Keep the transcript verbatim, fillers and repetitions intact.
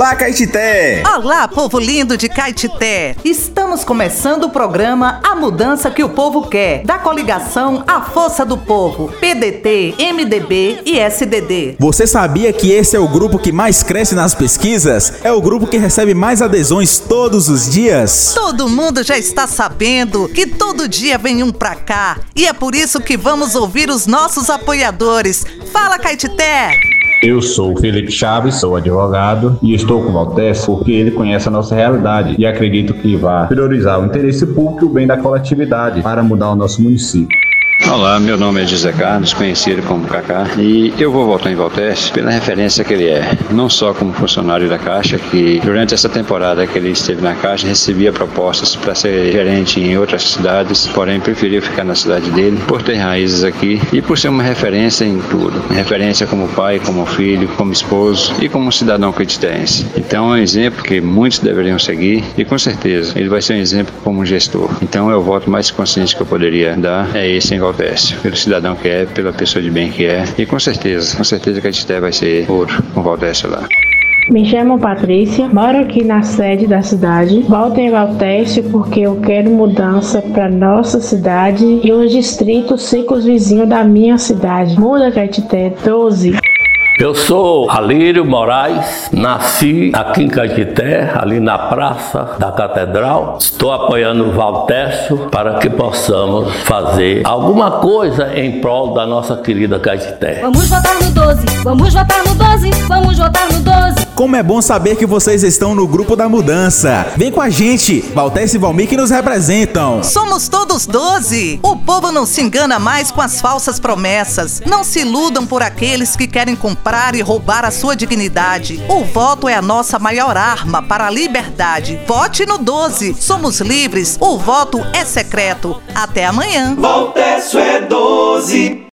Olá, Caetité! Olá, povo lindo de Caetité! Estamos começando o programa A Mudança que o Povo Quer, da coligação A Força do Povo, P D T, M D B e S D D. Você sabia que esse é o grupo que mais cresce nas pesquisas? É o grupo que recebe mais adesões todos os dias? Todo mundo já está sabendo que todo dia vem um pra cá, e é por isso que vamos ouvir os nossos apoiadores. Fala, Caetité! Eu sou o Felipe Chaves, sou advogado e estou com o Valtez porque ele conhece a nossa realidade e acredito que vai priorizar o interesse público e o bem da coletividade para mudar o nosso município. Olá, meu nome é José Carlos, conhecido como Cacá, e eu vou votar em Valtez pela referência que ele é, não só como funcionário da Caixa, que durante essa temporada que ele esteve na Caixa recebia propostas para ser gerente em outras cidades, porém preferiu ficar na cidade dele por ter raízes aqui e por ser uma referência em tudo, referência como pai, como filho, como esposo e como cidadão caetitense. Então é um exemplo que muitos deveriam seguir e com certeza ele vai ser um exemplo como gestor. Então é o voto mais consciente que eu poderia dar, é esse em Valtez. Pelo cidadão que é, pela pessoa de bem que é, e com certeza, com certeza que a Caetité vai ser ouro com o Valtez lá. Me chamo Patrícia, moro aqui na sede da cidade. Voto em Valtez porque eu quero mudança para nossa cidade e os distritos circunvizinhos da minha cidade. Muda, Caetité, doze. Eu sou Alírio Moraes, nasci aqui em Caetité, ali na Praça da Catedral. Estou apoiando o Valtécio para que possamos fazer alguma coisa em prol da nossa querida Caetité. Vamos votar no doze, vamos votar no doze, vamos votar no doze. Como é bom saber que vocês estão no grupo da mudança. Vem com a gente, Valtez e Valmir que nos representam. Somos todos doze. O povo não se engana mais com as falsas promessas. Não se iludam por aqueles que querem comprar e roubar a sua dignidade. O voto é a nossa maior arma para a liberdade. Vote no doze. Somos livres. O voto é secreto. Até amanhã. Valtez é doze.